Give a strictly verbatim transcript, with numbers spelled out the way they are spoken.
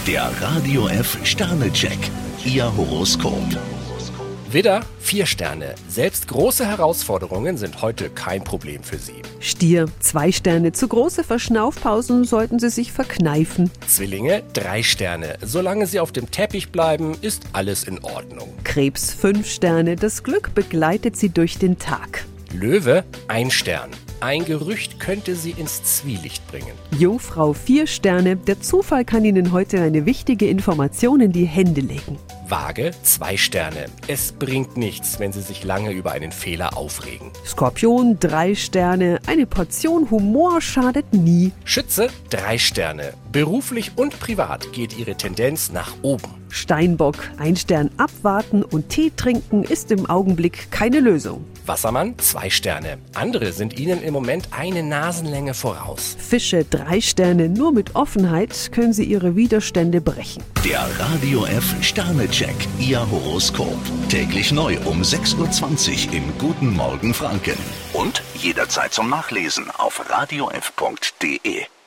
Der Radio F Sternecheck. Ihr Horoskop. Widder, vier Sterne. Selbst große Herausforderungen sind heute kein Problem für Sie. Stier, zwei Sterne. Zu große Verschnaufpausen sollten Sie sich verkneifen. Zwillinge, drei Sterne. Solange Sie auf dem Teppich bleiben, ist alles in Ordnung. Krebs, fünf Sterne. Das Glück begleitet Sie durch den Tag. Löwe, ein Stern. Ein Gerücht könnte Sie ins Zwielicht bringen. Jungfrau, vier Sterne. Der Zufall kann Ihnen heute eine wichtige Information in die Hände legen. Waage, zwei Sterne. Es bringt nichts, wenn Sie sich lange über einen Fehler aufregen. Skorpion, drei Sterne. Eine Portion Humor schadet nie. Schütze, drei Sterne. Beruflich und privat geht Ihre Tendenz nach oben. Steinbock, ein Stern. Abwarten und Tee trinken ist im Augenblick keine Lösung. Wassermann, zwei Sterne. Andere sind Ihnen im Moment eine Nasenlänge voraus. Fische, drei Sterne. Nur mit Offenheit können Sie Ihre Widerstände brechen. Der Radio F Sternecheck. Ihr Horoskop. Täglich neu um sechs Uhr zwanzig im Guten Morgen Franken. Und jederzeit zum Nachlesen auf radio f punkt de.